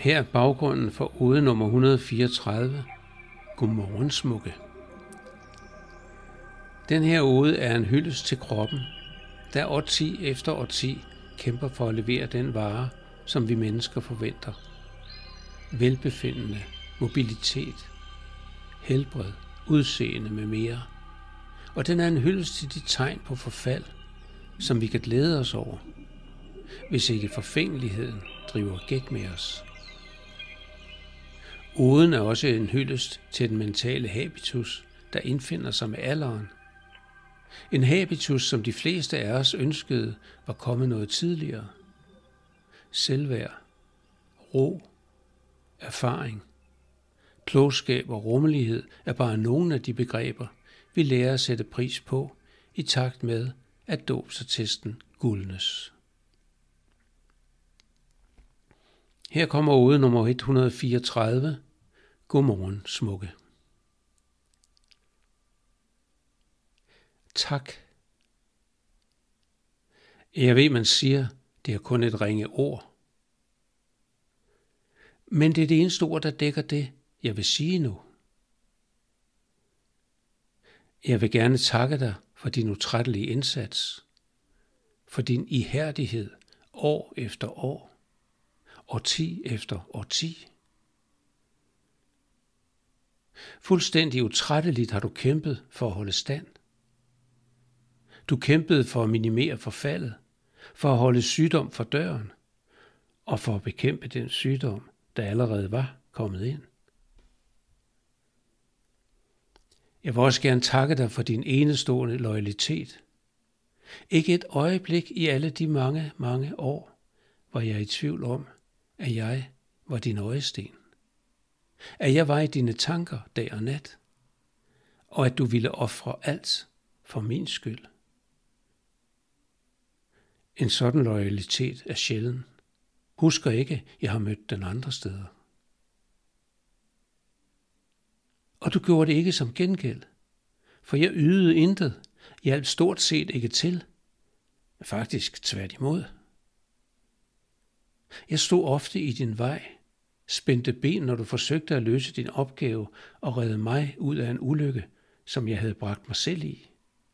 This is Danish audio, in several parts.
Her er baggrunden for ode nummer 134. Godmorgen, smukke. Den her ode er en hyldest til kroppen, der årti efter årti kæmper for at levere den vare, som vi mennesker forventer. Velbefindende, mobilitet, helbred, udseende med mere. Og den er en hyldest til de tegn på forfald, som vi kan glæde os over, hvis ikke forfængeligheden driver gæk med os. Oden er også en hyldest til den mentale habitus, der indfinder sig med alderen. En habitus, som de fleste af os ønskede, var kommet noget tidligere. Selvværd, ro, erfaring, klogskab og rummelighed er bare nogle af de begreber, vi lærer at sætte pris på i takt med, at dåbsattesten guldnes. Her kommer ode nummer 134. Godmorgen, smukke. Tak. Jeg ved, man siger, det er kun et ringe ord. Men det er det eneste ord, der dækker det, jeg vil sige nu. Jeg vil gerne takke dig for din utrættelige indsats, for din ihærdighed år efter år, årti efter årti. Fuldstændig utrætteligt har du kæmpet for at holde stand. Du kæmpede for at minimere forfaldet, for at holde sygdom for døren, og for at bekæmpe den sygdom, der allerede var kommet ind. Jeg vil også gerne takke dig for din enestående loyalitet. Ikke et øjeblik i alle de mange, mange år var jeg i tvivl om, at jeg var din øjesten. At jeg var i dine tanker dag og nat, og at du ville ofre alt for min skyld. En sådan loyalitet er sjælden. Husker ikke, jeg har mødt den andre steder. Og du gjorde det ikke som gengæld, for jeg ydede intet, hjalp stort set ikke til. Faktisk tværtimod. Jeg stod ofte i din vej, spændte ben, når du forsøgte at løse din opgave og redde mig ud af en ulykke, som jeg havde bragt mig selv i.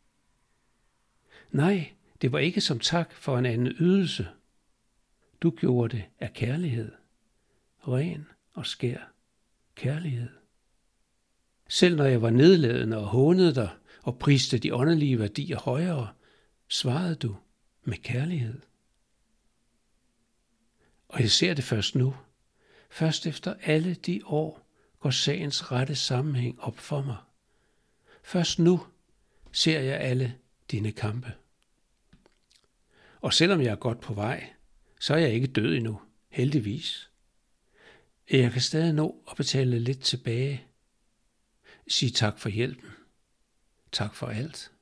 Nej, det var ikke som tak for en anden ydelse. Du gjorde det af kærlighed. Ren og skær kærlighed. Selv når jeg var nedladende og hånede dig og priste de åndelige værdier højere, svarede du med kærlighed. Og jeg ser det først nu. Først efter alle de år går sagens rette sammenhæng op for mig. Først nu ser jeg alle dine kampe. Og selvom jeg er godt på vej, så er jeg ikke død endnu, heldigvis. Jeg kan stadig nå at betale lidt tilbage. Sig tak for hjælpen. Tak for alt.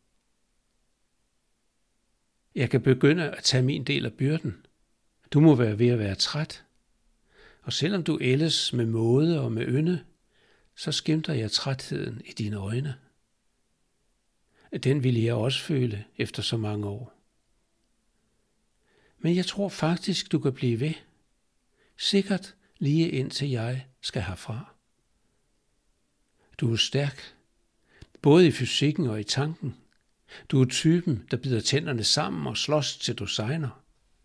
Jeg kan begynde at tage min del af byrden. Du må være ved at være træt. Og selvom du ældes med måde og med ynde, så skimter jeg trætheden i dine øjne. Den ville jeg også føle efter så mange år. Men jeg tror faktisk, du kan blive ved. Sikkert lige indtil jeg skal herfra. Du er stærk, både i fysikken og i tanken. Du er typen, der bider tænderne sammen og slås til du segner.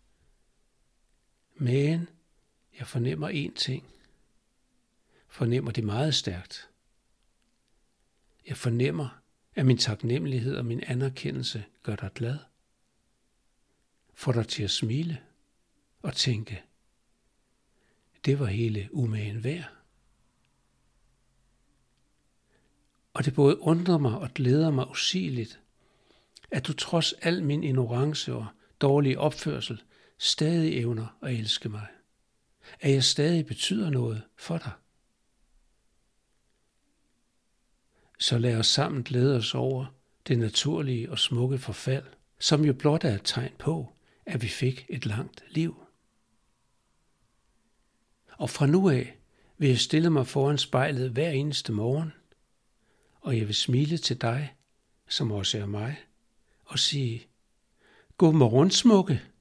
Men jeg fornemmer én ting. Fornemmer det meget stærkt. Jeg fornemmer, at min taknemmelighed og min anerkendelse gør dig glad. Får dig til at smile og tænke, det var hele umagen værd. Og det både undrer mig og glæder mig usigeligt, at du trods al min ignorance og dårlige opførsel stadig evner at elske mig. At jeg stadig betyder noget for dig. Så lad os sammen glæde os over det naturlige og smukke forfald, som jo blot er et tegn på, at vi fik et langt liv. Og fra nu af vil jeg stille mig foran spejlet hver eneste morgen, og jeg vil smile til dig, som også er mig, og sige, godmorgen, smukke.